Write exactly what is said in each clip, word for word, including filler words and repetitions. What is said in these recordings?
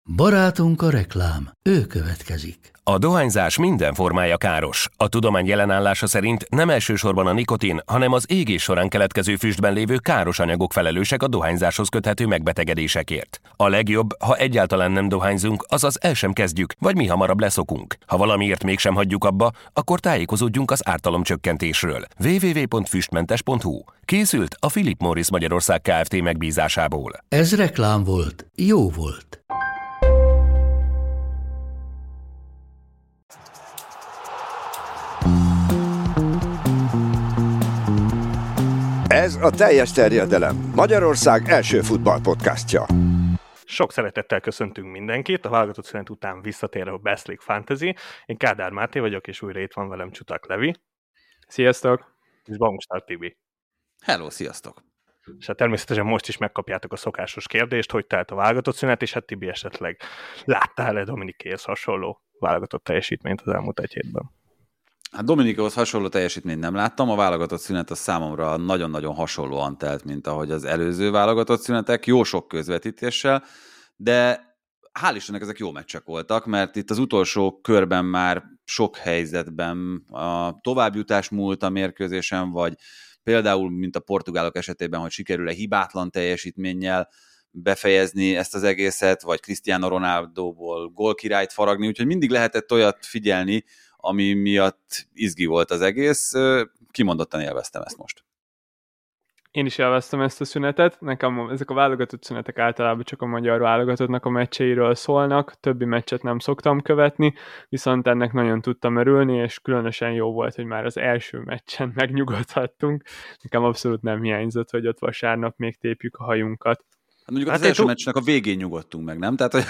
Barátunk a reklám, ő következik. A dohányzás minden formája káros. A tudomány jelenállása szerint nem elsősorban a nikotin, hanem az égés során keletkező füstben lévő káros anyagok felelősek a dohányzáshoz köthető megbetegedésekért. A legjobb, ha egyáltalán nem dohányzunk, azaz el sem kezdjük, vagy mi hamarabb leszokunk. Ha valamiért mégsem hagyjuk abba, akkor tájékozódjunk az ártalomcsökkentésről. double-u double-u double-u pont füstmentes pont hu. Készült a Philip Morris Magyarország Kft. Megbízásából. Ez reklám volt, jó volt. Ez a Teljes Terjedelem, Magyarország első futballpodcastja. Sok szeretettel köszöntünk mindenkit, a válogatott szünet után visszatérő a Best League Fantasy. Én Kádár Máté vagyok, és újra itt van velem Csutak Levi. Sziasztok! És Baumstark Tibi. Hello, sziasztok! És hát természetesen most is megkapjátok a szokásos kérdést, hogy telt a válogatott szünet, és hát Tibi esetleg láttál-e Dominikéhez hasonló válogatott teljesítményt az elmúlt egy hétben? Hát Dominikéhoz hasonló teljesítményt nem láttam, a válogatott szünet a számomra nagyon-nagyon hasonlóan telt, mint ahogy az előző válogatott szünetek, jó sok közvetítéssel, de hál' Istennek ezek jó meccsek voltak, mert itt az utolsó körben már sok helyzetben a továbbjutás múlt a mérkőzésen, vagy például, mint a portugálok esetében, hogy sikerül-e hibátlan teljesítménnyel befejezni ezt az egészet, vagy Cristiano Ronaldóból gólkirályt faragni, úgyhogy mindig lehetett olyat figyelni, ami miatt izgi volt az egész. Kimondottan élveztem ezt most. Én is élveztem ezt a szünetet. Nekem ezek a válogatott szünetek általában csak a magyar válogatottnak a meccseiről szólnak. Többi meccset nem szoktam követni, viszont ennek nagyon tudtam örülni, és különösen jó volt, hogy már az első meccsen megnyugodhattunk. Nekem abszolút nem hiányzott, hogy ott vasárnap még tépjük a hajunkat. Hát mondjuk hát az első t- meccsnek a végén nyugodtunk meg, nem? Tehát, hogy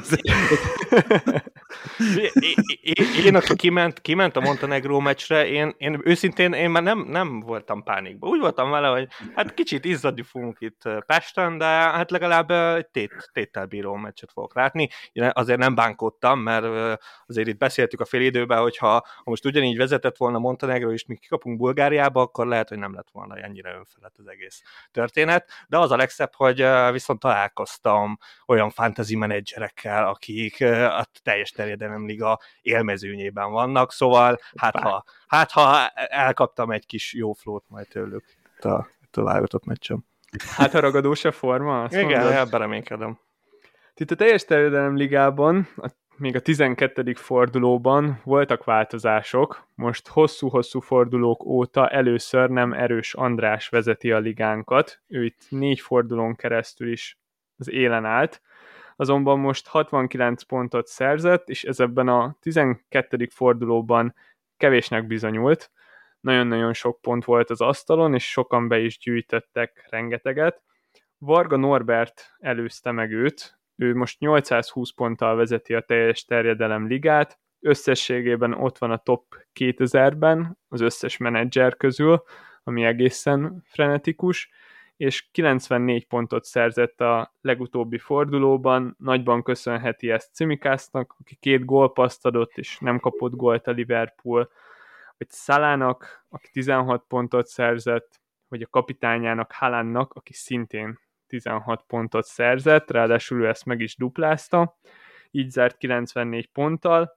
én, én, én, aki kiment, kiment a Montenegró meccsre, én, én őszintén én már nem, nem voltam pánikban. Úgy voltam vele, hogy hát kicsit izzadni fogunk itt Pesten, de hát legalább egy tét, téttel bíró meccset fogok látni. Én azért nem bánkódtam, mert azért itt beszéltük a fél időben, hogy ha, ha most ugyanígy vezetett volna Montenegró, és mi kikapunk Bulgáriába, akkor lehet, hogy nem lett volna ennyire önfelett az egész történet. De az a legszebb, hogy viszont találkoztam olyan fantasy menedzserekkel, akik a teljes terjedelem liga élmezőnyében vannak, szóval hát ha, hát ha elkaptam egy kis jó flót majd tőlük itt a, itt a válogatott meccsem. Hát ha ragadós a forma? Azt igen, mondod? Ebben reménykedem. Itt a teljes terjedelem ligában, a, még a tizenkettedik fordulóban voltak változások, most hosszú-hosszú fordulók óta először nem Erős András vezeti a ligánkat, ő itt négy fordulón keresztül is az élen állt, azonban most hatvankilenc pontot szerzett, és ez ebben a tizenkettedik fordulóban kevésnek bizonyult. Nagyon-nagyon sok pont volt az asztalon, és sokan be is gyűjtöttek rengeteget. Varga Norbert előzte meg őt, ő most nyolcszázhúsz ponttal vezeti a teljes terjedelem ligát, összességében ott van a top kétezerben az összes menedzser közül, ami egészen frenetikus, és kilencvennégy pontot szerzett a legutóbbi fordulóban, nagyban köszönheti ezt Cimikásznak, aki két gólpasszt adott, és nem kapott gólt a Liverpool, vagy Salának, aki tizenhat pontot szerzett, vagy a kapitányának, Haalandnak, aki szintén tizenhat pontot szerzett, ráadásul ő ezt meg is duplázta, így zárt kilencvennégy ponttal.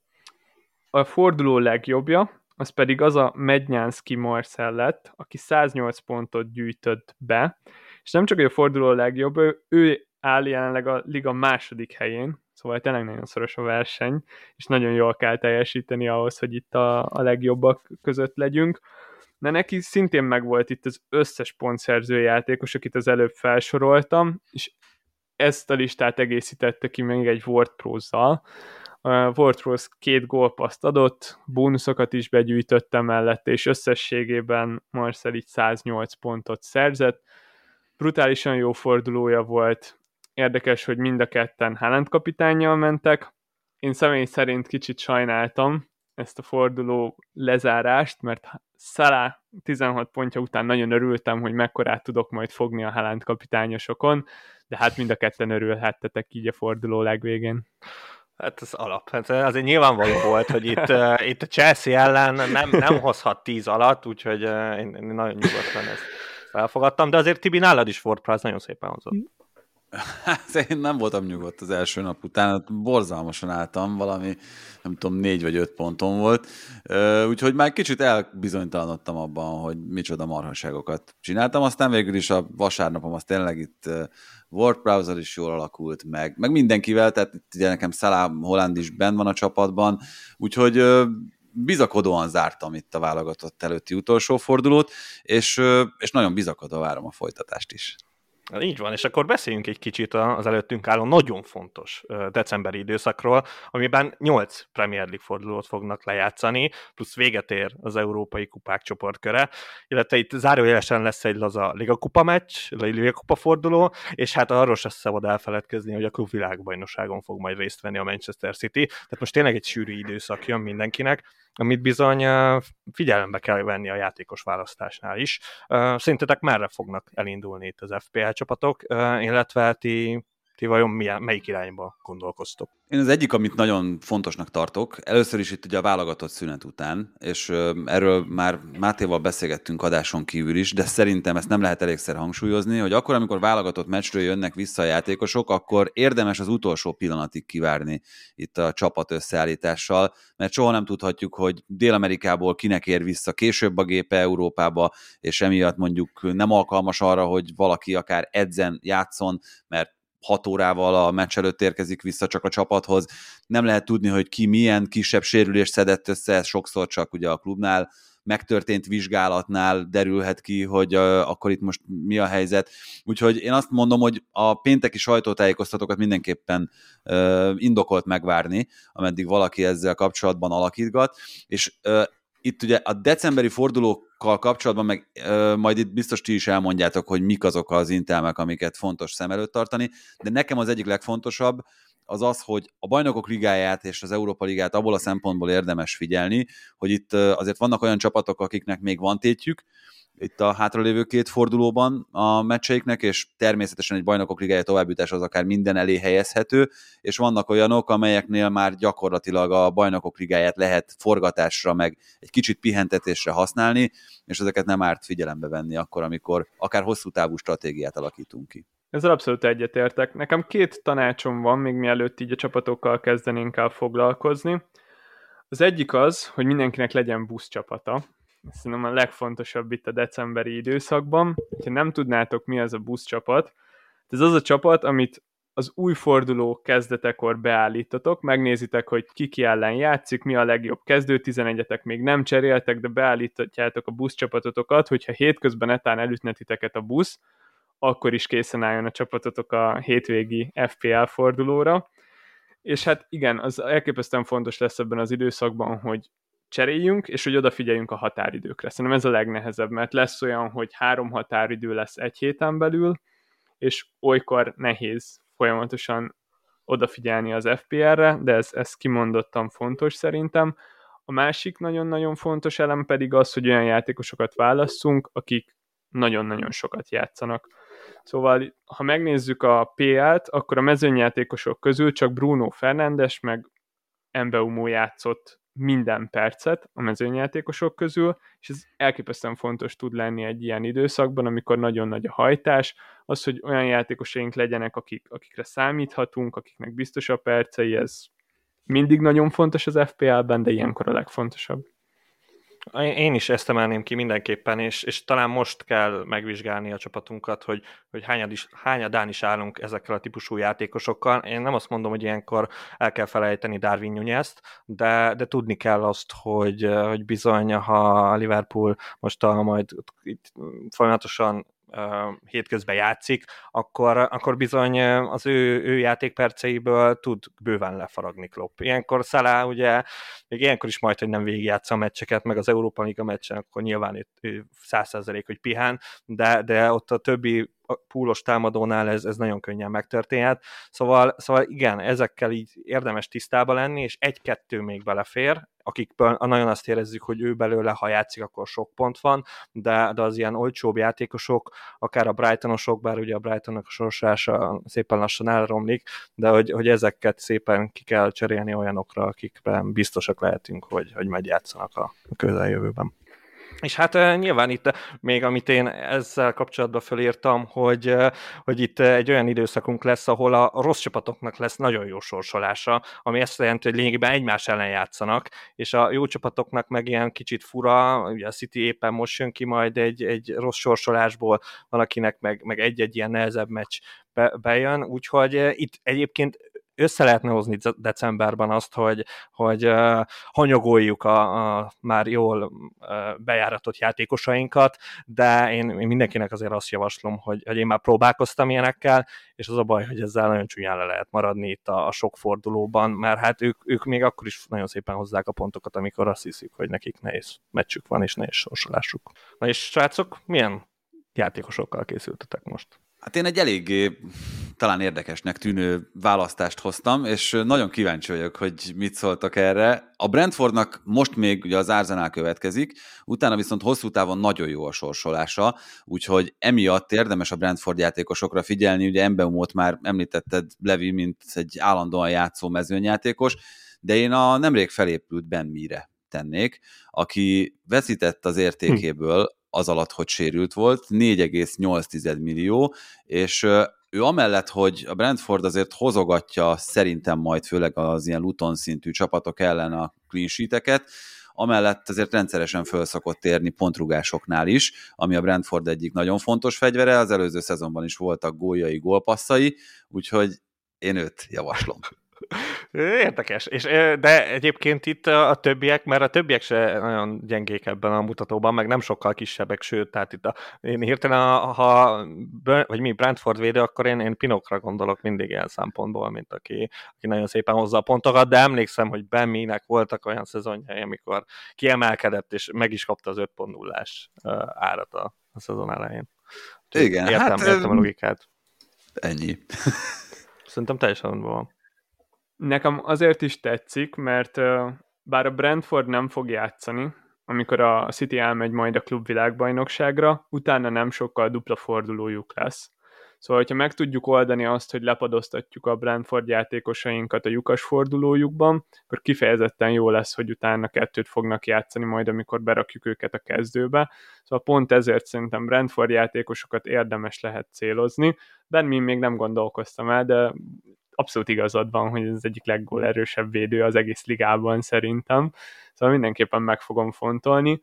A forduló legjobbja, az pedig az a Mednyánszky Marcel lett, aki száznyolc pontot gyűjtött be, és nem csak, hogy a forduló legjobb, ő, ő áll jelenleg a liga második helyén, szóval tényleg nagyon szoros a verseny, és nagyon jól kell teljesíteni ahhoz, hogy itt a, a legjobbak között legyünk. De neki szintén megvolt itt az összes pontszerző játékos, akit az előbb felsoroltam, és ezt a listát egészítette ki még egy WordPress-zal. A WordPress két gólpasszt adott, bónuszokat is begyűjtötte mellette, és összességében Marcel így száznyolc pontot szerzett. Brutálisan jó fordulója volt. Érdekes, hogy mind a ketten Haaland kapitánnyal mentek. Én személy szerint kicsit sajnáltam ezt a forduló lezárást, mert Salah tizenhat pontja után nagyon örültem, hogy mekkorát tudok majd fogni a Haaland kapitányosokon, de hát mind a ketten örülhettetek így a forduló legvégén. Hát ez alap. Hát azért nyilvánvaló volt, hogy itt, uh, itt a Chelsea ellen nem, nem hozhat tíz alatt, úgyhogy uh, én, én nagyon nyugodtan ezt elfogadtam, de azért Tibi, nálad is WordPress nagyon szépen hozott. Hát én nem voltam nyugodt az első nap után, borzalmasan álltam, valami, nem tudom, négy vagy öt ponton volt, úgyhogy már kicsit elbizonytalanodtam abban, hogy micsoda marhaságokat csináltam, aztán végül is a vasárnapom az tényleg itt Word browser is jól alakult, meg, meg mindenkivel, tehát ugye nekem Salah Holland is benn van a csapatban, úgyhogy bizakodóan zártam itt a válogatott előtti utolsó fordulót, és, és nagyon bizakodva várom a folytatást is. Így van, és akkor beszéljünk egy kicsit az előttünk álló nagyon fontos decemberi időszakról, amiben nyolc Premier League fordulót fognak lejátszani, plusz véget ér az Európai Kupák csoportköre, illetve itt zárójelesen lesz egy laza Ligakupa meccs, Ligakupa forduló, és hát arról sem szabad elfeledkezni, hogy a klub világbajnokságon fog majd részt venni a Manchester City, tehát most tényleg egy sűrű időszak jön mindenkinek, amit bizony figyelembe kell venni a játékos választásnál is. Szerintetek merre fognak elindulni itt az ef pé el csapatok, illetve ti, ti vajon milyen, melyik irányba gondolkoztok? Én az egyik, amit nagyon fontosnak tartok, először is itt ugye a válogatott szünet után, és erről már Mátéval beszélgettünk adáson kívül is, de szerintem ezt nem lehet elégszer hangsúlyozni, hogy akkor, amikor válogatott meccsről jönnek vissza a játékosok, akkor érdemes az utolsó pillanatig kivárni itt a csapat összeállítással, mert soha nem tudhatjuk, hogy Dél-Amerikából kinek ér vissza később a gépe Európába, és emiatt mondjuk nem alkalmas arra, hogy valaki akár edzen, játszon, mert hat órával a meccs előtt érkezik vissza csak a csapathoz. Nem lehet tudni, hogy ki milyen kisebb sérülést szedett össze, ez sokszor csak ugye a klubnál megtörtént vizsgálatnál derülhet ki, hogy uh, akkor itt most mi a helyzet. Úgyhogy én azt mondom, hogy a pénteki sajtótájékoztatókat mindenképpen uh, indokolt megvárni, ameddig valaki ezzel kapcsolatban alakítgat, és uh, itt ugye a decemberi fordulókkal kapcsolatban meg ö, majd itt biztos ti is elmondjátok, hogy mik azok az intelmek, amiket fontos szem előtt tartani, de nekem az egyik legfontosabb az az, hogy a Bajnokok Ligáját és az Európa Ligát abból a szempontból érdemes figyelni, hogy itt ö, azért vannak olyan csapatok, akiknek még van tétjük, itt a hátralévő két fordulóban a meccseiknek, és természetesen egy Bajnokok Ligája továbbjutás az akár minden elé helyezhető, és vannak olyanok, amelyeknél már gyakorlatilag a Bajnokok Ligáját lehet forgatásra, meg egy kicsit pihentetésre használni, és ezeket nem árt figyelembe venni akkor, amikor akár hosszú távú stratégiát alakítunk ki. Ezzel abszolút egyetértek. Nekem két tanácsom van, még mielőtt így a csapatokkal kezdenénk el foglalkozni. Az egyik az, hogy mindenkinek legyen buszcsapata. Szerintem a legfontosabb itt a decemberi időszakban. Ha nem tudnátok, mi az a buszcsapat, ez az a csapat, amit az új forduló kezdetekor beállítatok, megnézitek, hogy ki ki ellen játszik, mi a legjobb kezdő, tizenegyetek még nem cseréltek, de beállítjátok a buszcsapatotokat, hogyha hétközben etán elütne titeket a busz, akkor is készen álljon a csapatotok a hétvégi ef pé el fordulóra. És hát igen, az elképesztően fontos lesz ebben az időszakban, hogy cseréljünk, és hogy odafigyeljünk a határidőkre. Szerintem ez a legnehezebb, mert lesz olyan, hogy három határidő lesz egy héten belül, és olykor nehéz folyamatosan odafigyelni az ef pé el-re, de ez, ez kimondottan fontos szerintem. A másik nagyon-nagyon fontos elem pedig az, hogy olyan játékosokat válasszunk, akik nagyon-nagyon sokat játszanak. Szóval, ha megnézzük a pé el-t, akkor a mezőnyjátékosok közül csak Bruno Fernandes meg Mbeumo játszott minden percet a mezőnyjátékosok közül, és ez elképesztően fontos tud lenni egy ilyen időszakban, amikor nagyon nagy a hajtás, az, hogy olyan játékosaink legyenek, akik, akikre számíthatunk, akiknek biztos a percei, ez mindig nagyon fontos az ef pé el-ben, de ilyenkor a legfontosabb. Én is ezt emelném ki mindenképpen, és, és talán most kell megvizsgálni a csapatunkat, hogy, hogy hányad is, hányadán is állunk ezekkel a típusú játékosokkal. Én nem azt mondom, hogy ilyenkor el kell felejteni Darwin Núñezt, de, de tudni kell azt, hogy, hogy bizony, ha a Liverpool most a, majd itt folyamatosan Uh, hétközben játszik, akkor, akkor bizony az ő, ő játékperceiből tud bőven lefaragni Klopp. Ilyenkor Salah ugye, még ilyenkor is majd, hogy nem végigjátsza a meccseket, meg az Európa Liga meccsen, akkor nyilván ő száz százalék, hogy pihen, de, de ott a többi púlos támadónál ez, ez nagyon könnyen megtörténhet. Szóval, szóval igen, ezekkel így érdemes tisztába lenni, és egy-kettő még belefér, akikből nagyon azt érezzük, hogy ő belőle, ha játszik, akkor sok pont van, de, de az ilyen olcsóbb játékosok, akár a Brightonosok, bár ugye a Brightonnak a sorsása szépen lassan elromlik, de hogy, hogy ezeket szépen ki kell cserélni olyanokra, akikben biztosak lehetünk, hogy, hogy megjátszanak a közeljövőben. És hát uh, nyilván itt még, amit én ezzel kapcsolatban fölírtam, hogy, uh, hogy itt egy olyan időszakunk lesz, ahol a rossz csapatoknak lesz nagyon jó sorsolása, ami azt jelenti, hogy lényegében egymás ellen játszanak, és a jó csapatoknak meg ilyen kicsit fura, ugye a City éppen most jön ki majd egy, egy rossz sorsolásból, van akinek meg, meg egy-egy ilyen nehezebb meccs be, bejön, úgyhogy uh, itt egyébként össze lehetne hozni decemberben azt, hogy, hogy uh, hanyagoljuk a, a már jól uh, bejáratott játékosainkat, de én, én mindenkinek azért azt javaslom, hogy, hogy én már próbálkoztam ilyenekkel, és az a baj, hogy ezzel nagyon csúnyán le lehet maradni itt a, a sok fordulóban, mert hát ők, ők még akkor is nagyon szépen hozzák a pontokat, amikor azt hiszik, hogy nekik nehéz meccsük van, és nehéz sorsolásuk. Na és srácok, milyen játékosokkal készültetek most? Hát én egy eléggé talán érdekesnek tűnő választást hoztam, és nagyon kíváncsi vagyok, hogy mit szóltak erre. A Brentfordnak most még ugye az Arsenal következik, utána viszont hosszú távon nagyon jó a sorsolása, úgyhogy emiatt érdemes a Brentford játékosokra figyelni. Ugye Mbeumot már említetted, Levi, mint egy állandóan játszó mezőnyjátékos, de én a nemrég felépült Ben Meere tennék, aki veszített az értékéből az alatt, hogy sérült volt, négy egész nyolc millió, és ő amellett, hogy a Brentford azért hozogatja szerintem majd főleg az ilyen Luton szintű csapatok ellen a clean sheeteket, amellett azért rendszeresen föl szokott érni pontrugásoknál is, ami a Brentford egyik nagyon fontos fegyvere, az előző szezonban is voltak góljai, gólpasszai, úgyhogy én őt javaslom. Érdekes, és, de egyébként itt a többiek, mert a többiek se nagyon gyengék ebben a mutatóban, meg nem sokkal kisebbek, sőt, tehát itt a, én hirtelen, ha vagy mi Brentford védő, akkor én, én Pinokra gondolok mindig ilyen szempontból, mint aki, aki nagyon szépen hozza a pontokat, de emlékszem, hogy Ben Mee-nek voltak olyan szezonjai, amikor kiemelkedett, és meg is kapta az öt pont nullás árat a, a szezon elején. Igen, értem, hát értem a logikát. Ennyi. Szerintem teljesen rendben van. Nekem azért is tetszik, mert uh, bár a Brentford nem fog játszani, amikor a City elmegy majd a klubvilágbajnokságra, utána nem sokkal dupla fordulójuk lesz. Szóval, hogyha meg tudjuk oldani azt, hogy lepadoztatjuk a Brentford játékosainkat a lyukas fordulójukban, akkor kifejezetten jó lesz, hogy utána kettőt fognak játszani majd, amikor berakjuk őket a kezdőbe. Szóval pont ezért szerintem Brentford játékosokat érdemes lehet célozni. Benn még nem gondolkoztam el, de abszolút igazad van, hogy ez az egyik leggólerősebb védő az egész ligában szerintem. Szóval mindenképpen meg fogom fontolni.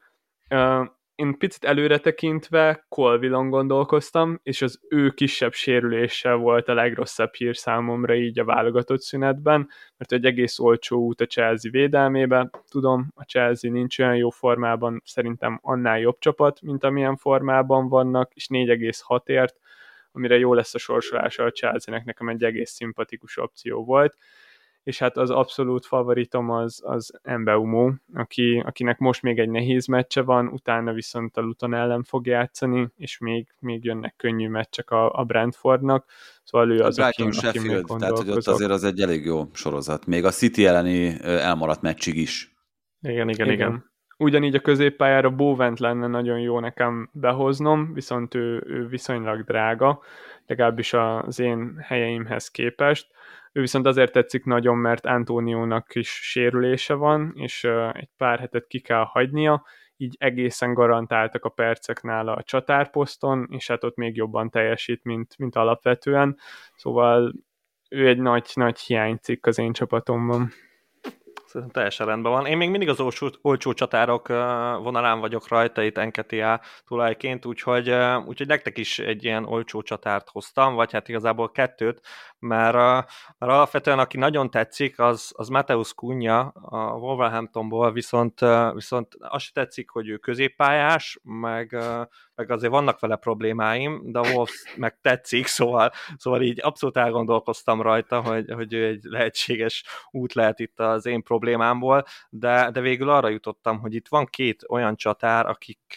Én picit előre tekintve Colvillon gondolkoztam, és az ő kisebb sérülése volt a legrosszabb hír számomra így a válogatott szünetben, mert egy egész olcsó út a Chelsea védelmébe. Tudom, a Chelsea nincs olyan jó formában, szerintem annál jobb csapat, mint amilyen formában vannak, és négy egész hatért, amire jó lesz a sorsolása a Chelsea-nek, nekem egy egész szimpatikus opció volt, és hát az abszolút favoritom az, az Mbeumo, aki, akinek most még egy nehéz meccse van, utána viszont a Luton ellen fog játszani, és még, még jönnek könnyű meccsek a, a Brentfordnak, szóval ő az, Brighton, aki, aki még gondolkozok. Tehát, hogy ott azért az egy elég jó sorozat, még a City elleni elmaradt meccsig is. Igen, igen, igen. igen. Ugyanígy a középpályára Bowent lenne nagyon jó nekem behoznom, viszont ő, ő viszonylag drága, legalábbis az én helyeimhez képest. Ő viszont azért tetszik nagyon, mert Antóniónak is sérülése van, és egy pár hetet ki kell hagynia, így egészen garantáltak a percek nála a csatárposzton, és hát ott még jobban teljesít, mint, mint alapvetően. Szóval ő egy nagy, nagy hiánycikk az én csapatomban. Szerintem teljesen rendben van. Én még mindig az olcsó, olcsó csatárok vonalán vagyok rajta itt Enketia tulajként, úgyhogy, úgyhogy nektek is egy ilyen olcsó csatárt hoztam, vagy hát igazából kettőt, mert, mert alapvetően aki nagyon tetszik, az, az Mateus Cunha a Wolverhamptonból, viszont, viszont azt tetszik, hogy ő középpályás, meg, meg azért vannak vele problémáim, de a Wolves meg tetszik, szóval, szóval így abszolút elgondolkoztam rajta, hogy, hogy ő egy lehetséges út lehet itt az én problémámból, de, de végül arra jutottam, hogy itt van két olyan csatár,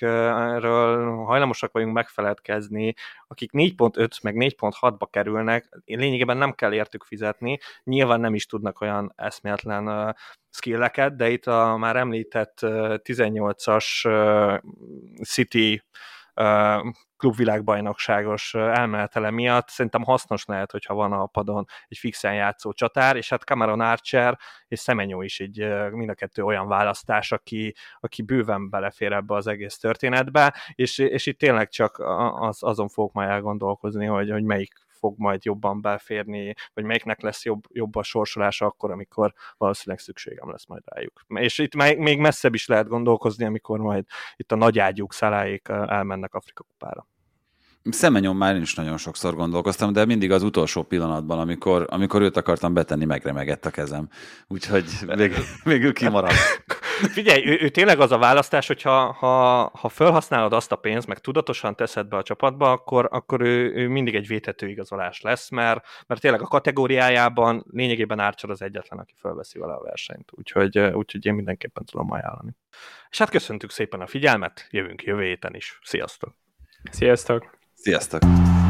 akikről hajlamosak vagyunk megfeledkezni, akik négy pont öt meg négy pont hatba kerülnek, lényegében nem kell értük fizetni, nyilván nem is tudnak olyan eszméletlen uh, skilleket, de itt a már említett uh, tizennyolcas uh, City uh, klubvilágbajnokságos elmenetele miatt szerintem hasznos lehet, hogyha van a padon egy fixen játszó csatár, és hát Cameron Archer és Semenyo is így mind a kettő olyan választás, aki, aki bőven belefér ebbe az egész történetbe, és, és itt tényleg csak az, azon fogok majd elgondolkozni, hogy, hogy melyik fog majd jobban belférni, vagy melyiknek lesz jobb, jobb a sorsolása akkor, amikor valószínűleg szükségem lesz majd rájuk. És itt még messzebb is lehet gondolkozni, amikor majd itt a nagyágyúk Szaláék elmennek Afrika kupára. Szemenyon már én is nagyon sokszor gondolkoztam, de mindig az utolsó pillanatban, amikor, amikor őt akartam betenni, megremegett a kezem. Úgyhogy még, végül kimaradt. Figyelj, ő, ő tényleg az a választás, hogyha ha, ha felhasználod azt a pénzt, meg tudatosan teszed be a csapatba, akkor, akkor ő, ő mindig egy védhető igazolás lesz, mert, mert tényleg a kategóriájában lényegében Archer az egyetlen, aki felveszi vele a versenyt. Úgyhogy, úgyhogy én mindenképpen tudom ajánlani. És hát köszöntük szépen a figyelmet, jövünk jövő héten is. Sziasztok! Sziasztok! Sziasztok!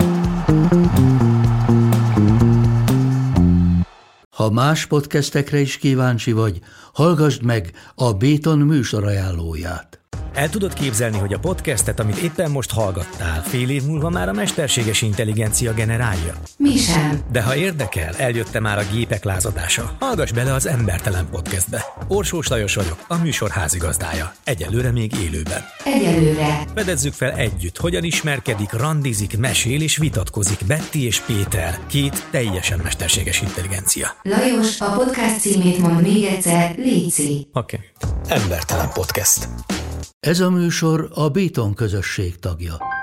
Ha más podcastekre is kíváncsi vagy, hallgassd meg a Béton műsor ajánlóját. El tudod képzelni, hogy a podcastet, amit éppen most hallgattál, fél év múlva már a mesterséges intelligencia generálja? Mi sem. De ha érdekel, eljött már a gépek lázadása. Hallgass bele az Embertelen Podcastbe. Orsós Lajos vagyok, a műsor házigazdája. Egyelőre még élőben. Egyelőre. Fedezzük fel együtt, hogyan ismerkedik, randizik, mesél és vitatkozik Betty és Péter, két teljesen mesterséges intelligencia. Lajos, a podcast címét mond még egyszer, léci. Oké. Okay. Embertelen Podcast. Ez a műsor a Béton közösség tagja.